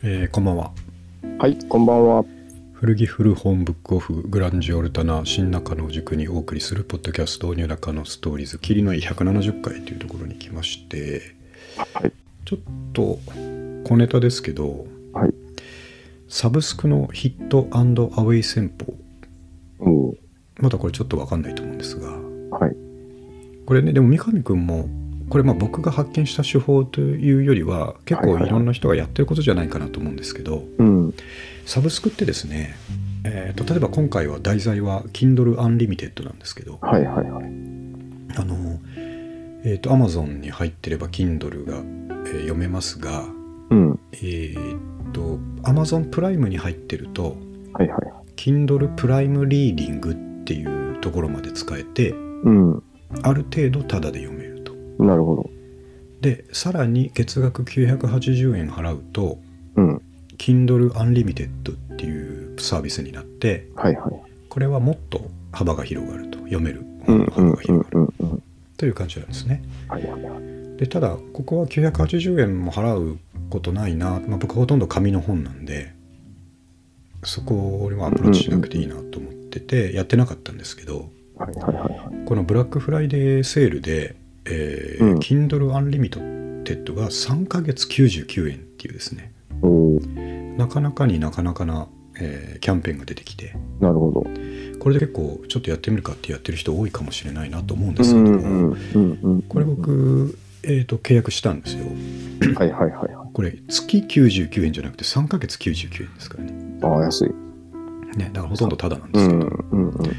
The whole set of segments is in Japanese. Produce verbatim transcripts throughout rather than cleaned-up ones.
えー、こんばんは。 はい、こんばんは。 古着古本ブックオフグランジオルタナ新中野塾にお送りするポッドキャストニューナカのストーリーズ霧のいいひゃくななじゅっかいというところに来まして、 はい、 ちょっと小ネタですけど、 はい、 サブスクのヒットアンドアウェイ戦法、 おまだこれちょっと分かんないと思うんですが、 はい、 これね、でも三上くんもこれまあ僕が発見した手法というよりは結構いろんな人がやってることじゃないかなと思うんですけど、 うん、 サブスクってですね、えー、と例えば今回は題材は Kindle Unlimited なんですけど、 はいはいはい。 あの、えー、と Amazon に入ってれば Kindle が、えー読めますが、 うん、 えー、と Amazon プライムに入ってると、 はいはい。 Kindle プライムリーディングっていうところまで使えて、 うん、 ある程度タダで読めると。 なるほど。 でさらに月額きゅうひゃくはちじゅうえん払うと、 うん、 Kindle Unlimited っていうサービスになって、 はいはい。 これはもっと幅が広がると、読めるうん、 本のうん、 幅が広がるうん、うん、 という感じなんですね。 はいはいはい。 でただここはきゅうひゃくはちじゅうえんも払うことないな、まあ、僕ほとんど紙の本なんでそこにもアプローチしなくていいなと思っててやってなかったんですけど、 はいはいはいはい。 このブラックフライデーセールで、えーうん、 Kindle Unlimited がさんかげつきゅうじゅうきゅうえんっていうですね、 おなかなかになかなかな、えーキャンペーンが出てきて、 なるほど。 これで結構ちょっとやってみるかってやってる人多いかもしれないなと思うんですけども、 うん、うん、うん、うん。 これ僕、えーと契約したんですよ。 はいはいはいはい。 これ月きゅうじゅうきゅうえんじゃなくてさんかげつきゅうじゅうきゅうえんですからね。 ああ、安い。 ね、だからほとんどタダなんうん、 ですけど、 うん、うん、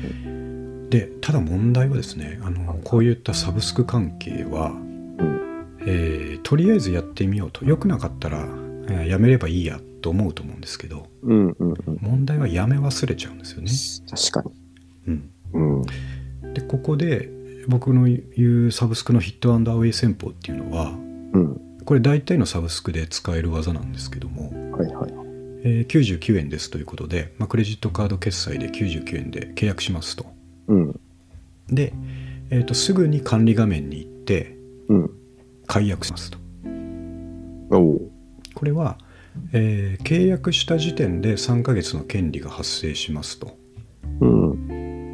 でただ問題はですね、あのこういったサブスク関係は、 うん、 えーとりあえずやってみようと、良くなかったら、えーやめればいいやと思うと思うんですけど、 うん、うん、うん。 問題はやめ忘れちゃうんですよね。 確かうん、 に。うん、 でここで僕の言うサブスクのヒットアンドアウェイ戦法っていうのは、 うん、 これ大体のサブスクで使える技なんですけども、 はいはいはい。 えーきゅうじゅうきゅうえんですということで、まあ、クレジットカード決済できゅうじゅうきゅうえんで契約しますと。 うん、 で、えーとすぐに管理画面に行ってうん、 解約しますと。 おお。 これは、えー契約した時点でさんかげつの権利が発生しますと。 うん、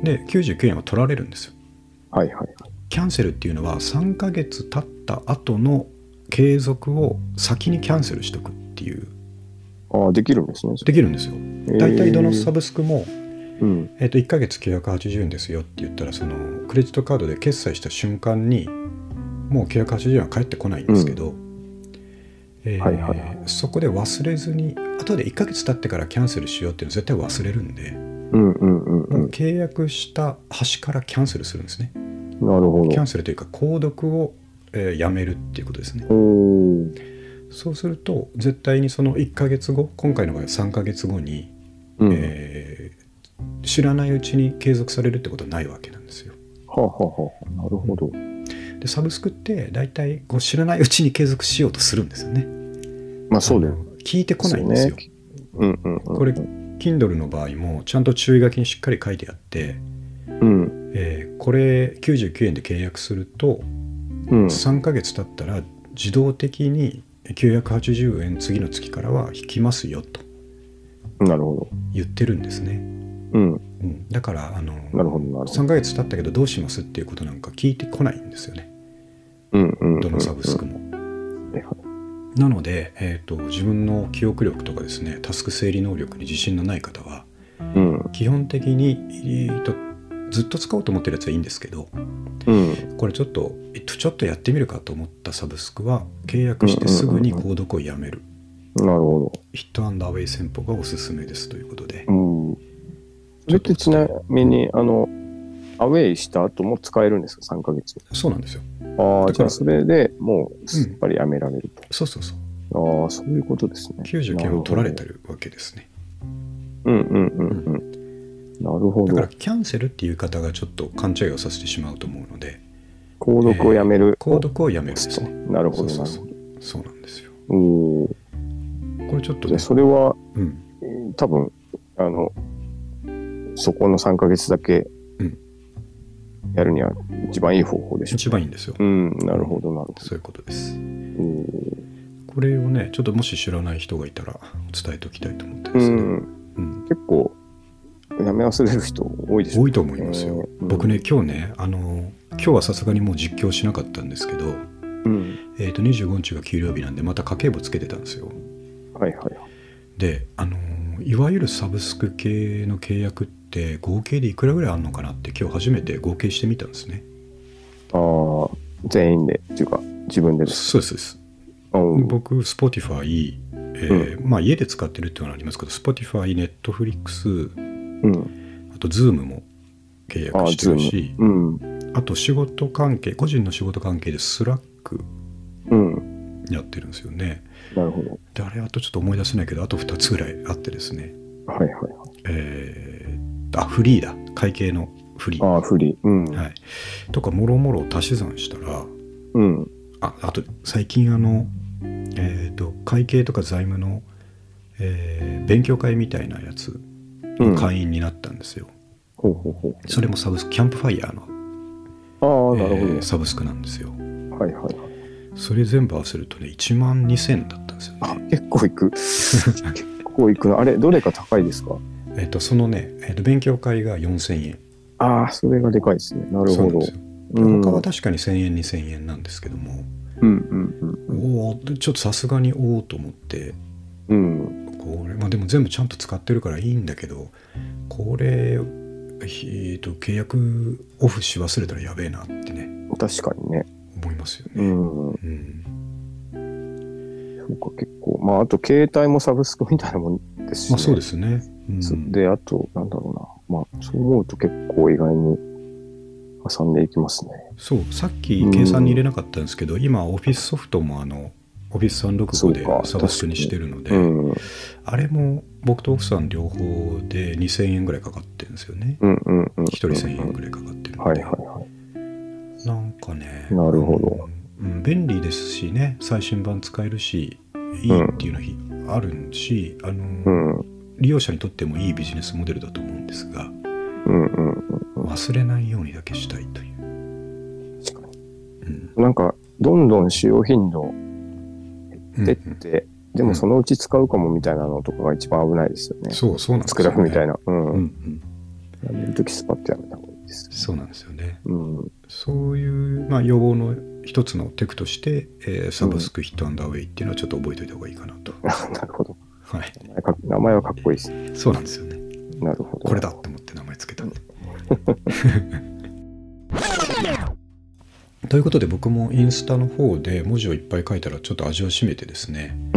できゅうじゅうきゅうえんは取られるんですよ。 はいはいはい。 キャンセルっていうのはさんかげつ経った後の継続を先にキャンセルしとくっていう、 ああ、できるんですね。 できるんですよ。大体どのサブスクも、 うん、 えーといっかげつきゅうひゃくはちじゅうえんですよって言ったら、そのクレジットカードで決済した瞬間にもうきゅうひゃくはちじゅうえんは返ってこないんですけど、えーはいはいはいそこで忘れずに後でいっかげつ経ってからキャンセルしようっていうの絶対忘れるんで、 うんうんうんう。 もうん契約した端からキャンセルするんですね。 なるほど。 キャンセルというか購読を、えーやめるっていうことですね。 おーそうすると絶対にそのいっかげつご、今回の場合はさんかげつごに、 うん。 えー知らないうちに継続されるってことはないわけなんですよ。 はあ、はあはあ、なるほど。 でサブスクって大体こう知らないうちに継続しようとするんですよね。 まあそうだよ。 あの聞いてこないんですよ。 うんうんうん。 これ Kindle の場合もちゃんと注意書きにしっかり書いてあって、 うん。 えーこれきゅうじゅうきゅうえんで契約するとうん。 さんかげつ経ったら自動的にきゅうひゃくはちじゅうえん次の月からは引きますよとなるほど。 言ってるんですね。 うん。 うん、だからあのなるほどなるほど。 さんかげつ経ったけどどうしますっていうことなんか聞いてこないんですよね、 うんうんうん。 どのサブスクも。 はいはい。 なので、えーと、自分の記憶力とかですね、タスク整理能力に自信のない方はうん基本的に、えーと、ずっと使おうと思ってるやつはいいんですけど、 うんこれちょっとちょっとやってみるかと思ったサブスクは契約してすぐに購読をやめる、 なるほヒットアンドアウェイ戦法がおすすめですということで、 ど。うん。それってちなみに、あの、アウェイした後も使えるんですか、さんかげつ。 そうなんですよ。 ああ、 だからじゃあそれでもうすっぱりやめられると。 そうそうそう、 ああ、そういうことですね。 きゅうじゅうきゅうえんを取られてるわけですね。 うんうんうんうん。なるほど。 だからキャンセルっていう方がちょっと勘違いをさせてしまうと思うので、 購読をやめる。 えー購読をやめるですね。 なるほどそうなるほど。 そうそう、そうなんですよ。 おーこれちょっとね、 じゃあそれはうん、 多分あのそこのさんかげつだけうんやるには一番いい方法でしょう。 一番いいんですよ。 うん、なるほどなるほど。 そういうことです。 うんこれをねちょっともし知らない人がいたら伝えておきたいと思ってうですね、 ん。 うん、 結構、やめ忘れる人多いでしょうね。 多いと思いますよ、 うん、 僕ね今日ねあの今日はさすがにもう実況しなかったんですけど、 うん、 えー、とにじゅうごにちが給料日なんでまた家計簿つけてたんですよ。 はいはい。 であのいわゆるサブスク系の契約って合計でいくらぐらいあるのかなって今日初めて合計してみたんですね。 ああ、全員でっていうか自分でです。 そうですそうです。 うん、 僕 Spotify、えーまあ家で使ってるっていうのはありますけど Spotify、Netflix、 うん、 あと Zoom も契約してるし、 あ、うん、 あと仕事関係個人の仕事関係で Slack うん、 やってるんですよね。 なるほど。 であれあとちょっと思い出せないけどあとふたつぐらいあってですね、 はいはいはい。 えー、あフリーだ会計のフリー、 ああ、フリー。うん。 はい、とかもろもろ足し算したら、 うん。 ああと最近あの、えー、と会計とか財務の、えー勉強会みたいなやつの会員になったんですよ、 ほうほうほう。 それもサブスクキャンプファイヤーの、 ああ、なるほど。 えーサブスクなんですよ。 はいはいはい。 それ全部合わせるとねいちまんにせんだったんですよあ、 ね。 結構いく。結構いくな。あれ、どれか高いですか？ えっ、とそのね、えー、と勉強会がよんせんえん。 ああ、それがでかいですね。なるほど。 そうなんですよ。でうん、 他は確かにせんえんにせんえんなんですけども、 うんうんうんおおちょっとさすがにおおと思ってうん。 これまあでも全部ちゃんと使ってるからいいんだけどこれ、えー、と契約オフし忘れたらやべえなってね確かにね。 思いますよね。 うん。 うんそうか、結構。まあ、あと、携帯もサブスクみたいなもんですし、ね。 まあそうですね。うん、 で、あと、なんだろうな。まあ、そう思うと結構意外に挟んでいきますね。 そうさっき計算に入れなかったんですけど、今オフィスソフトもあのオフィスさんろくごでサブスクにしてるので、 うん、 あれも僕と奥さん両方でにせんえんぐらいかかってるんですよね。 うんうんうん。 ひとりせんえんぐらいかかってるので、 はいはいはい。 なんかねなるほど、 うん、便利ですしね最新版使えるしいいっていうのあるし、あの、 うん、 利用者にとってもいいビジネスモデルだと思うんですが、 うんうんうん、 忘れないようにだけしたいという。 確かに、 うん、 なんかどんどん使用頻度減ってって、うんうん、でもそのうち使うかもみたいなのとかが一番危ないですよね。 そうそうなんですよね。 スクラフみたいな。うん。うんうん、やめるときスパッとやめた方がいいです。 そうなんですよね。 うん、 そういう、まあ、予防の一つのテクとして、えー、サブスクヒットアンダーウェイっていうのはちょっと覚えておいた方がいいかなと。 なるほど。 はい。 名前か、名前はかっこいいです。 そうなんですよね。 なるほど。 これだと思って名前つけたんで。ということで僕もインスタの方で文字をいっぱい書いたらちょっと味を占めてですね、うん、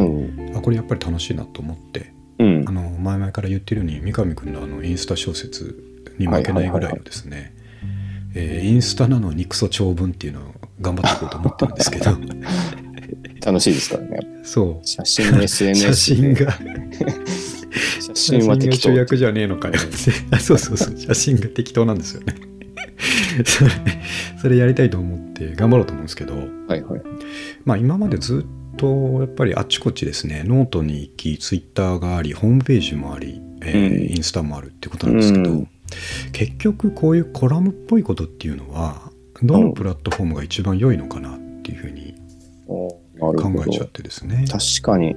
あこれやっぱり楽しいなと思って、うん、あの前々から言ってるように三上くんのあのインスタ小説に負けないぐらいのですね、インスタなのにクソ長文っていうのを頑張っていこうと思ってるんですけど楽しいですからね。 そう写真の エスエヌエス で写真が写真は適当写真が主役じゃねえのかよってそうそうそう写真が適当なんですよねそれそれやりたいと思って頑張ろうと思うんですけど、はいはい、まあ今までずっとやっぱりあっちこっちですねノートに行きツイッターがありホームページもあり、えーうん、インスタもあるってことなんですけど、うん、結局こういうコラムっぽいことっていうのはどのプラットフォームが一番良いのかなっていうふうに考えちゃってですね。 確かに、うん、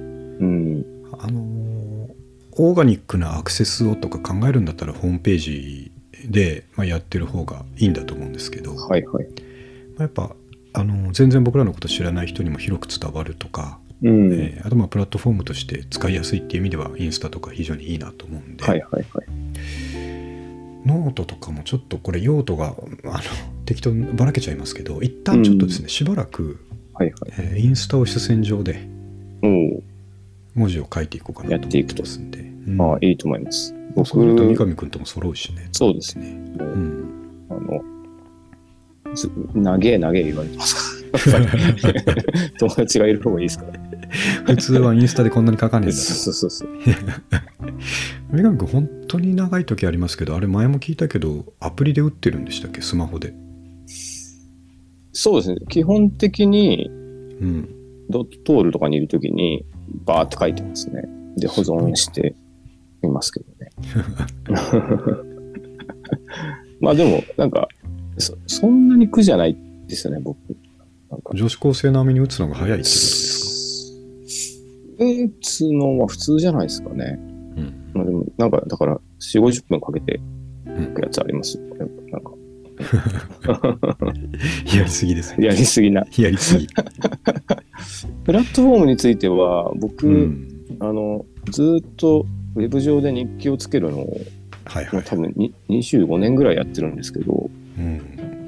あのオーガニックなアクセスをとか考えるんだったらホームページで、まあ、やってる方がいいんだと思うんですけど、はいはい、まあ、やっぱあの全然僕らのこと知らない人にも広く伝わるとか、うん、えー、あとまあプラットフォームとして使いやすいっていう意味ではインスタとか非常にいいなと思うんで、はいはいはい、ノートとかもちょっとこれ用途があの適当にばらけちゃいますけど一旦ちょっとですね、うん、しばらく、はいはい、えー、インスタを主戦場で文字を書いていこうかなと思ってますんで、 うん、ああいいと思います。 僕そうすると三上くんとも揃うしね。 そうですね、うん、あの長え長え言われてます友達がいる方がいいですから普通はインスタでこんなに書かねえんだそうそうそう三上くん本当に長い時ありますけどあれ前も聞いたけどアプリで打ってるんでしたっけスマホで。 そうですね基本的に、うん、ドットトールとかにいる時にバーって書いてますね。で保存していますけどねまあでもなんか そ, そんなに苦じゃないですよね僕。なんか女子高生並みに打つのが早いってことです打つのは普通じゃないですかね。うん。まあ、でもなんかだからよんじゅう、ごじゅっぷんかけて行くやつありますよ。うん、なんか。 やりすぎですね。 やりすぎな。 やりすぎ。 プラットフォームについては僕、うん、あのずっとウェブ上で日記をつけるのを、はいはい、多分ににじゅうごねんぐらいやってるんですけど、うん、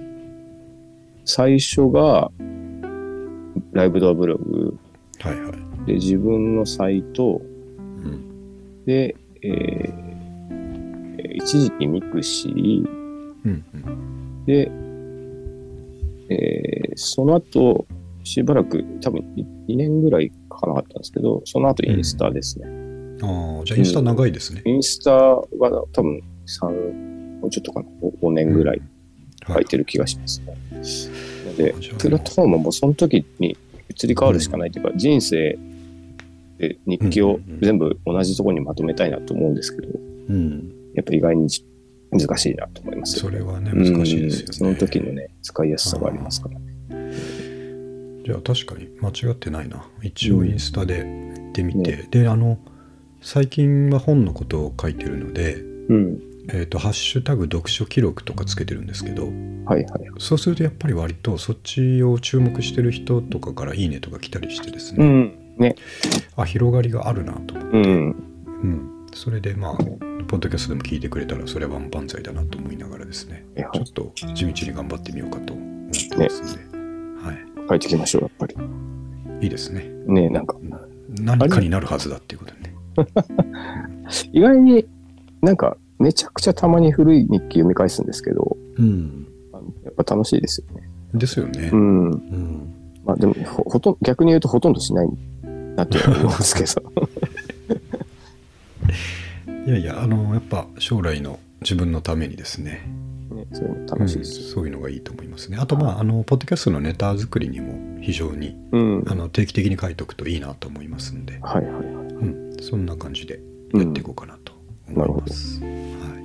最初がライブドアブログ、はいはい、で自分のサイト、うん、で、えー、一時期ミクシー、うんうん、で、えー、その後しばらく多分にねんぐらいかかなかったんですけど、その後インスタですね。うん、 ああ、じゃあインスタ長いですね。 インスタは多分さん、もうちょっとかな、ごねんぐらい書いてる気がしますね。うん、はい、で、プラットフォームもその時に移り変わるしかないというか、うん、人生で日記を全部同じところにまとめたいなと思うんですけど、うん、やっぱり意外に難しいなと思います。 それはね、難しいですよね。うん、 その時のね、使いやすさがありますからね。 じゃあ確かに間違ってないな。一応インスタで行ってみて、うんね、であの最近は本のことを書いてるので、うん、えーと、ハッシュタグ読書記録とかつけてるんですけど、はいはい、そうするとやっぱり割とそっちを注目してる人とかからいいねとか来たりしてですね、うん、ね、あ、広がりがあるなと思って、うんうん、それでまあポッドキャストでも聞いてくれたらそれは万々歳だなと思いながらですね、ちょっと地道に頑張ってみようかと思ってますね。はい、 書いていきましょう、やっぱり。 いいですね。 ねえ、なんか何かになるはずだっていうことでね。 意外になんかめちゃくちゃたまに古い日記読み返すんですけど、うん、やっぱ楽しいですよね。 ですよね。うん。うん、 まあでも ほ, ほと逆に言うとほとんどしないなって思いますけど。 いやいや、あのやっぱ将来の自分のためにですね。 ね、そういうの楽しいです、 うん、そういうのがいいと思いますね。あとまああのポッドキャストのネタ作りにも非常に、うん、あの定期的に書いておくといいなと思いますんで、はいはいはい、うん、そんな感じでやっていこうかなと思います。うん、はい。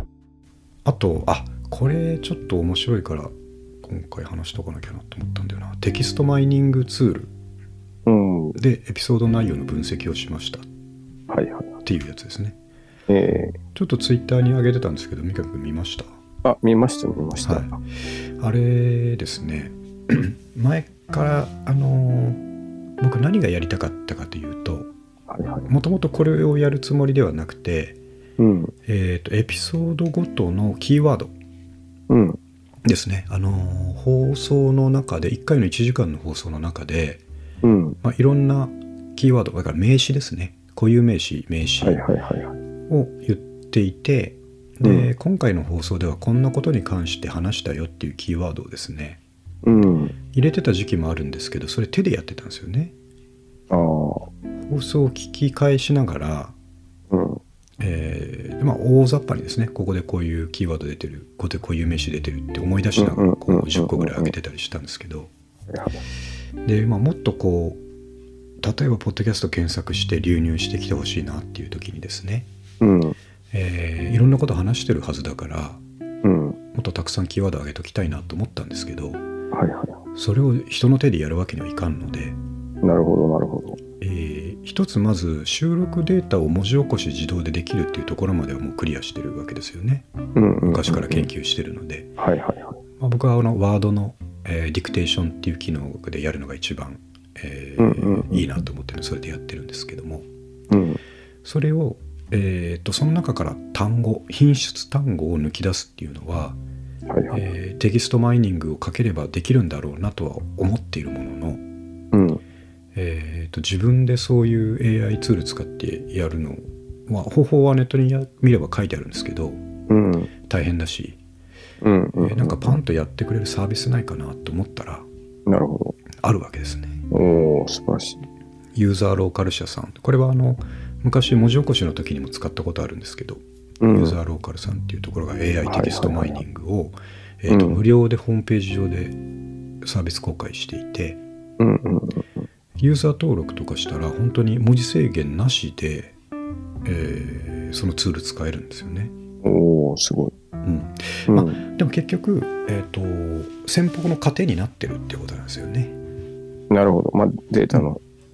あとあこれちょっと面白いから今回話しとかなきゃなと思ったんだよな。テキストマイニングツールでエピソード内容の分析をしました、はいはい、っていうやつですね。えー、ちょっとツイッターに上げてたんですけど、三上君見ました？ あ、見ました見ました、はい、 あれですね前からあのー、僕何がやりたかったかというと、もともとこれをやるつもりではなくて、うん、えーと、エピソードごとのキーワードですね、うん、あのー、放送の中でいっかいのいちじかんの放送の中で、うん、まあ、いろんなキーワード、だから名詞ですね、固有名詞名詞、はいはいはいはいを言っていて、で、うん、今回の放送ではこんなことに関して話したよっていうキーワードをですね、うん、入れてた時期もあるんですけど、それ手でやってたんですよね。あ、放送を聞き返しながら、うん、えーまあ、大雑把にですね、ここでこういうキーワード出てる、ここでこういう名詞出てるって思い出しながらこうじゅっこぐらい上げてたりしたんですけど、で、まあ、もっとこう例えばポッドキャスト検索して流入してきてほしいなっていう時にですね、うん、えー、いろんなこと話してるはずだから、うん、もっとたくさんキーワード上げときたいなと思ったんですけど、はいはい、それを人の手でやるわけにはいかんので、 なるほどなるほど、 えー、一つまず収録データを文字起こし自動でできるっていうところまではもうクリアしてるわけですよね、うんうんうんうん、昔から研究してるので、はいはいはい、まあ、僕はあのワードの、えー、ディクテーションっていう機能でやるのが一番えーうんうんうん、いいなと思ってそれでやってるんですけども、うん、それを、えー、とその中から単語品質単語を抜き出すっていうのは、はいはい、えー、テキストマイニングをかければできるんだろうなとは思っているものの、うん、えー、と自分でそういう エーアイ ツール使ってやるの、まあ、方法はネットにや見れば書いてあるんですけど、うん、大変だし、うんうんうんうん、えー、なんかパンとやってくれるサービスないかなと思ったら、なるほど、あるわけですね。 おー、素晴らしい。 ユーザーローカル社さん、これはあの昔文字起こしの時にも使ったことあるんですけど、うん、ユーザーローカルさんっていうところが エーアイ テキストマイニングを、はいはいはい、えーとうん、無料でホームページ上でサービス公開していて、うんうんうん、ユーザー登録とかしたら本当に文字制限なしで、えー、そのツール使えるんですよね。 おー、すごい。 うんまあ、でも結局、えーと、先方の糧になってるってことなんですよね。 なるほど、まあ、データの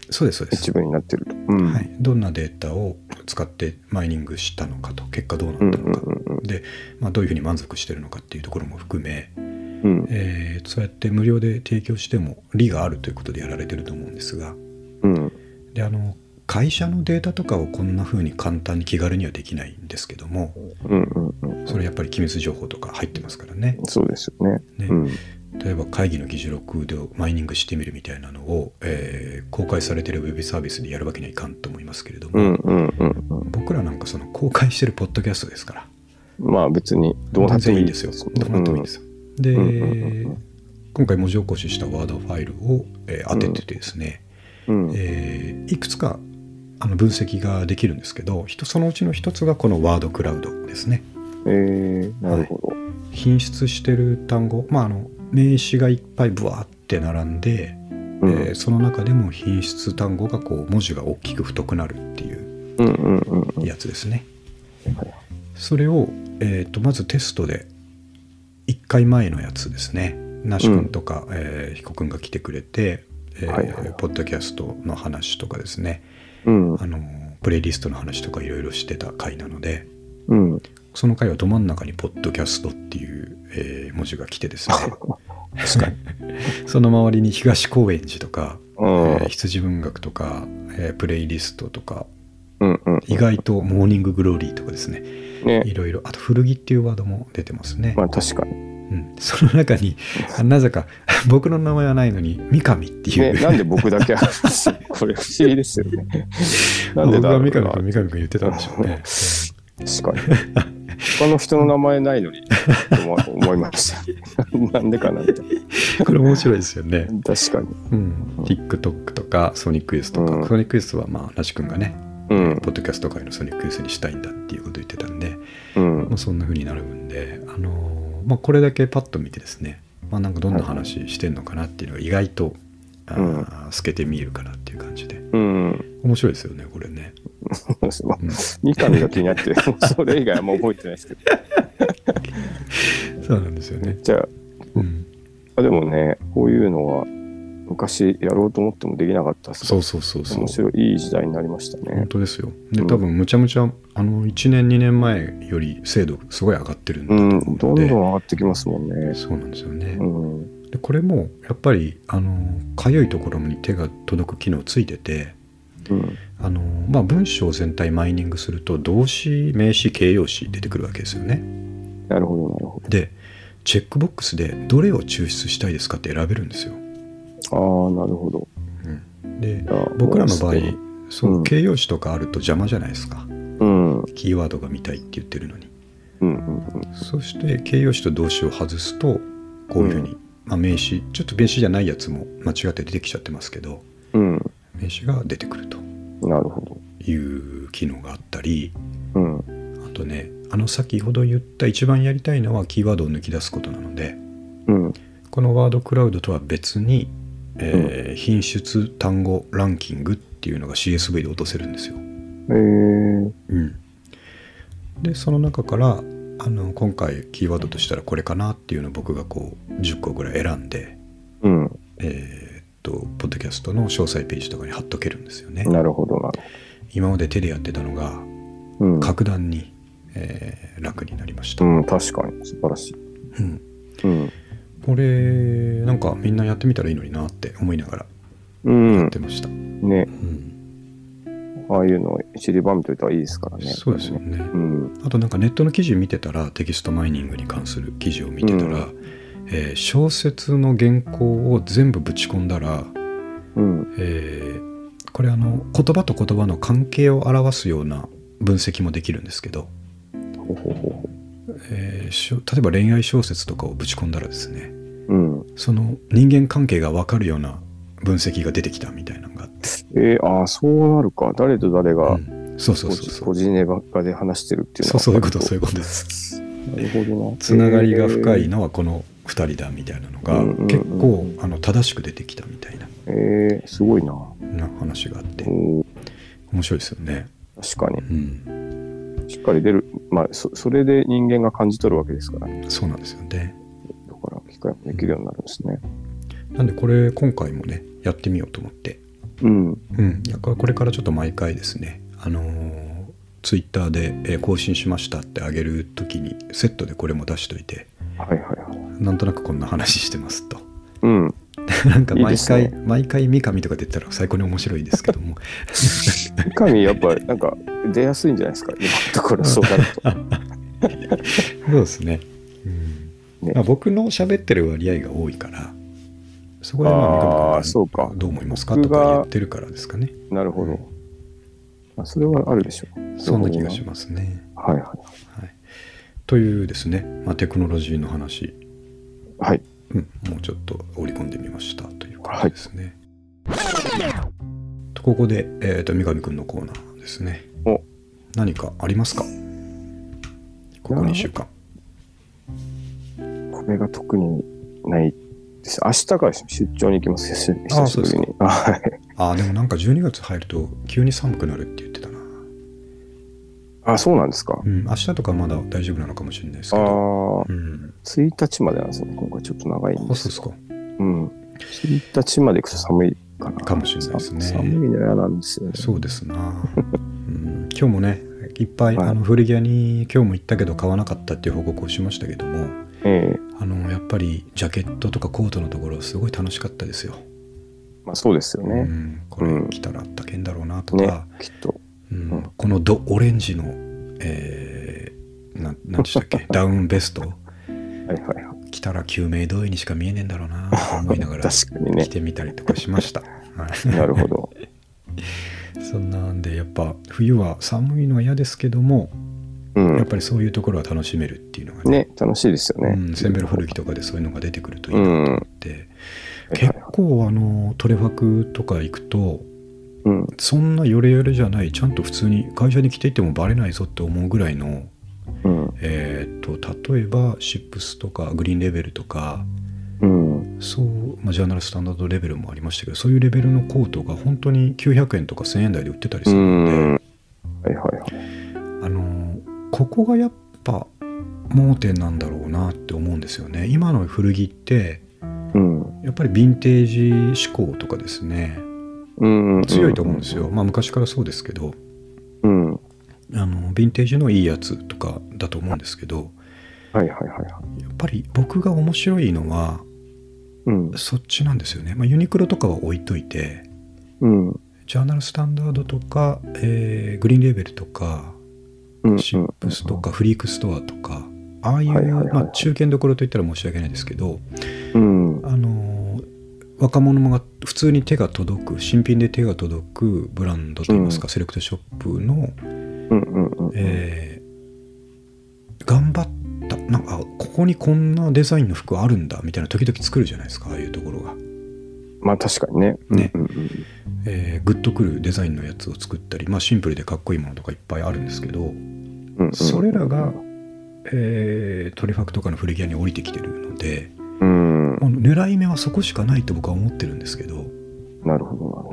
そうですそうです。 一部になってると、うん、 はい。どんなデータを使ってマイニングしたのかと、結果どうなったのか、うんうんうん、で、まあ、どういうふうに満足してるのかっていうところも含め、うんえー、そうやって無料で提供しても利があるということでやられてると思うんですが、うん、であの会社のデータとかをこんな風に簡単に気軽にはできないんですけども、うんうんうん、それやっぱり機密情報とか入ってますからね。 そうですよね。 ね、うん、例えば会議の議事録でマイニングしてみるみたいなのを、えー、公開されてるウェブサービスでやるわけにはいかんと思いますけれども、うんうんうんうん、僕らなんかその公開してるポッドキャストですから、 まあ別にどうなってもいいんですよ。 どうなってもいいんですよ。うん、で、うんうんうん、今回文字起こししたワードファイルを、えー、当てててですね、うんえー、いくつかあの分析ができるんですけど、そのうちの一つがこのワードクラウドですね。 えー、なるほど。はい、 品質してる単語、まあ、あの名詞がいっぱいブワーって並んで、うんえー、その中でも品質単語がこう文字が大きく太くなるっていうやつですね。うんうんうんうん、それを、えーと、まずテストでいっかいまえのやつですね。那須君とか、うんえー、彦君が来てくれて、えーはいはい、ポッドキャストの話とかですね、うん、あのプレイリストの話とかいろいろしてた回なので、うん、その回はど真ん中にポッドキャストっていう、えー、文字が来てですね確かにその周りに東高円寺とか、えー、羊文学とか、えー、プレイリストとか、うんうんうん、意外とモーニンググローリーとかですね、ねいろいろ、あと古着っていうワードも出てますね。 まあ確かに、 うん、その中になぜか僕の名前はないのに三上っていう、 ね、なんで僕だけこれ不思議ですよねなんでだろうな。僕が三上君三上君言ってたんでしょうね確かに他の人の名前ないのにと思いましたなんでかなみたいな。 これ面白いですよね。 確かに、 うん、TikTok とかソニックユースとか、うん、ソニックユースはまあ那須君がね、うん、ポッドキャスト界のソニックユースにしたいんだっていうこと言ってたんで、うんまあ、そんな風になるんで、あのーまあ、これだけパッと見てですね、まあ、なんかどんな話してんのかなっていうのが意外と、うん、あ透けて見えるかなっていう感じで、うん、面白いですよねこれね。 うん、三上が気になってそれ以外はもう覚えてないですけどそうなんですよね。 じゃあ、うん、あでもねこういうのは昔やろうと思ってもできなかったです。 そうそうそうそう。 面白いいい時代になりましたね。 本当ですよ。で、うん、多分むちゃむちゃあのいちねんにねんまえより精度すごい上がってるんだと思うので、うん、 どんどん上がってきますもんね。 そうなんですよね。うん、でこれもやっぱりあのかゆいところに手が届く機能ついてて、うん、あのまあ文章全体マイニングすると動詞、名詞、形容詞出てくるわけですよね。 なるほどなるほど。 でチェックボックスでどれを抽出したいですかって選べるんですよ。 ああなるほど、 うん、で僕らの場合そう、うん、形容詞とかあると邪魔じゃないですか、うん、キーワードが見たいって言ってるのに、うんうんうん、そして形容詞と動詞を外すとこういうふうに、うんまあ、名詞ちょっと名詞じゃないやつも間違って出てきちゃってますけど、うん、名詞が出てくるとなるほどいう機能があったり、うん、あとねあの先ほど言った一番やりたいのはキーワードを抜き出すことなので、うん、このワードクラウドとは別にえーうん、品質単語ランキングっていうのが シーエスブイ で落とせるんですよ。へー、うん、でその中からあの今回キーワードとしたらこれかなっていうのを僕がこうじゅっこぐらい選んで、うんえー、っとポッドキャストの詳細ページとかに貼っとけるんですよね。 なるほどなるほど。 今まで手でやってたのが、うん、格段に、えー、楽になりました。 うん、確かに素晴らしい。うんうんこれなんかみんなやってみたらいいのになって思いながらやってました、うん、ね、うん、 ああいうのを散りばめといたらいいですからね。 そうですよね、うん、あとなんかネットの記事見てたらテキストマイニングに関する記事を見てたら、うんえー、小説の原稿を全部ぶち込んだら、うんえー、これあの言葉と言葉の関係を表すような分析もできるんですけど、ほほほほえー、例えば恋愛小説とかをぶち込んだらですね、うん、その人間関係が分かるような分析が出てきたみたいなのがあって、 えー、ああそうなるか。誰と誰が、うん、 そうそうそうそう個人ネばっかで話してるっていうのはそうそういうことそういうことです。 なるほどな。 つながりが深いのはこのふたりだみたいなのが、うんうんうん、結構あの正しく出てきたみたいな、 えー、すごいなな話があって面白いですよね。 確かに、うんしっかり出る、まあ そ, それで人間が感じ取るわけですからね。 そうなんですよね。 だから機械もできるようになるんですね、 うん、なんでこれ今回もねやってみようと思ってうん、 うん、これからちょっと毎回ですね、あのー、ツイッターで、えー更新しましたってあげるときにセットでこれも出しといて、 はいはいはい。 なんとなくこんな話してますと。 うん。 なんか毎回いいですね毎回三上とか出たら最高に面白いですけども三上やっぱなんか出やすいんじゃないですか、今のところそうなると。 そうですね、うんねまあ、僕の喋ってる割合が多いからそこでまあ三ああ、 上そうか君が。どう思いますか僕がとか言ってるからですかね。 なるほど。まあ、それはあるでしょう。 そんな気がしますね。 はいはい。 はい、というですね、まあ、テクノロジーの話、 はい。 うん、もうちょっと織り込んでみましたという感じですね。はい、とここで、えー、と三上君のコーナーですね。 お何かありますか、ここにしゅうかん。 これが特にないです。明日から出張に行きます。久しぶりに。 あはい。 あ、でもなんかじゅうにがつ入ると急に寒くなるって言ってたな。 あ、そうなんですか。 うん、明日とかまだ大丈夫なのかもしれないですけど。 ああ、 うん、 ついたちまでなんですよね。今回ちょっと長いんあ、 ですそうですか。 うん。ついたちまで行くと寒いかな。 かもしれないですね。 寒いの嫌なんですよね。 そうですな、うん。今日もね、いっぱい、 はい、 あの古着屋に今日も行ったけど買わなかったっていう報告をしましたけども、 ええ、 あのやっぱりジャケットとかコートのところすごい楽しかったですよ。 まあそうですよね。 うん、これ着たらあったけんだろうなとか、 ね、きっと、 うんうん、 このドオレンジの、えー、ななんでしたっけダウンベストはいはいはい、 着たら救命胴衣にしか見えねえんだろうなと思いながら確かにね、 着てみたりとかしました。 なるほど。 そんなんでやっぱ冬は寒いのは嫌ですけども、うん、やっぱりそういうところは楽しめるっていうのが ね, ね楽しいですよね、 うん、センベロ古着とかでそういうのが出てくるといいなと思って、うん、結構あのトレファクとか行くと、うん、そんなヨレヨレじゃないちゃんと普通に会社に着ていってもバレないぞって思うぐらいの、うんえー、と例えばシップスとかグリーンレベルとか、うん、そう、まあ、ジャーナルスタンダードレベルもありましたけどそういうレベルのコートが本当にきゅうひゃくえんとかせんえん台で売ってたりするので、うんはいはいはい、あのここがやっぱ盲点なんだろうなって思うんですよね。今の古着って、うん、やっぱりヴィンテージ志向とかですね、うん、強いと思うんですよ。まあ昔からそうですけど、うん、あのヴィンテージのいいやつとかだと思うんですけど、はいはいはいはい、やっぱり僕が面白いのは、うん、そっちなんですよね。まあユニクロとかは置いといて、うん、ジャーナルスタンダードとか、えー、グリーンレーベルとか、うん、シップスとかフリークストアとかああいう、はいはいはいはいまあ、中堅どころといったら申し訳ないですけど、うん、あの若者が普通に手が届く新品で手が届くブランドといいますか、うん、セレクトショップの、うんうんうんえー、頑張ったなんかここにこんなデザインの服あるんだみたいな時々作るじゃないですかああいうところが。まあ確かにね。ね、うんうんうんえー、グッとくるデザインのやつを作ったり、まあ、シンプルでかっこいいものとかいっぱいあるんですけど、うんうん、それらが、えー、トリファクとかの古着屋に降りてきてるので、うん、狙い目はそこしかないと僕は思ってるんですけど。なるほどなるほど、うん、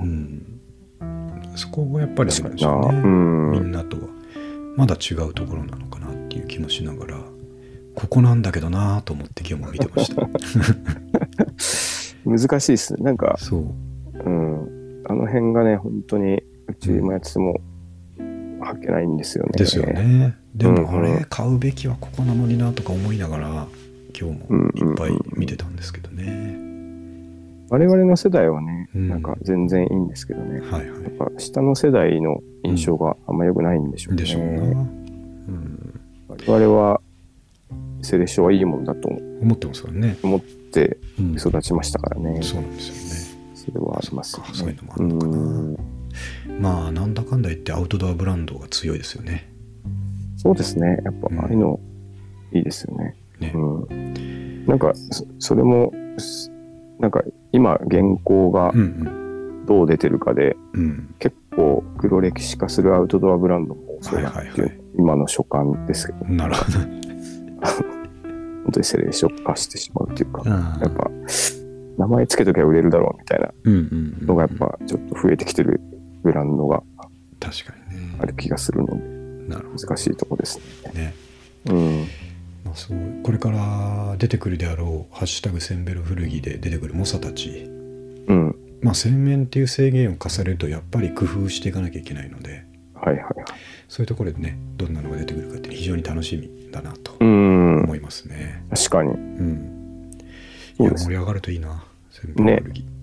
そこがやっぱりあるんでしょうね、うん、みんなとはまだ違うところなのかなっていう気もしながらここなんだけどなと思って今日も見てました難しいですねなんかそう、うん、あの辺がね本当にうちもやってても履けないんですよね、うん、ですよねでもあれ、うん、買うべきはここなのになとか思いながら今日もいっぱい見てたんですけどね、うんうんうん、我々の世代はね、うん、なんか全然いいんですけどね、はいはい、やっぱ下の世代の印象があんま良くないんでしょうね、うん、でしょうな、うん、我々はセレショはいいもんだと思ってますからね思って育ちましたからね、うん、そうなんですよねそれはありますよねそういうのもあるのかな、うん、まあなんだかんだ言ってアウトドアブランドが強いですよねそうですねやっぱああいうのいいですよね、ねうん、なんか そ, それもなんか今現行がどう出てるかで、うんうん、結構黒歴史化するアウトドアブランドもそうだっていう、はいはいはい、今の所感ですけどなるほど本当にセレクション化してしまうというかやっぱ名前つけときゃ売れるだろうみたいなのがやっぱちょっと増えてきてるブランドが確かにねある気がするので難しいとこですね。ねうんまあ、そうこれから出てくるであろうハッシュタグセンベロ古着で出てくる猛者たち、うん、 まあ洗面っていう制限を課されるとやっぱり工夫していかなきゃいけないので、 はいはいはい、 そういうところでねどんなのが出てくるかって非常に楽しみだなと思いますね。 確かに、うん、いや盛り上がるといいな洗面古着、ね。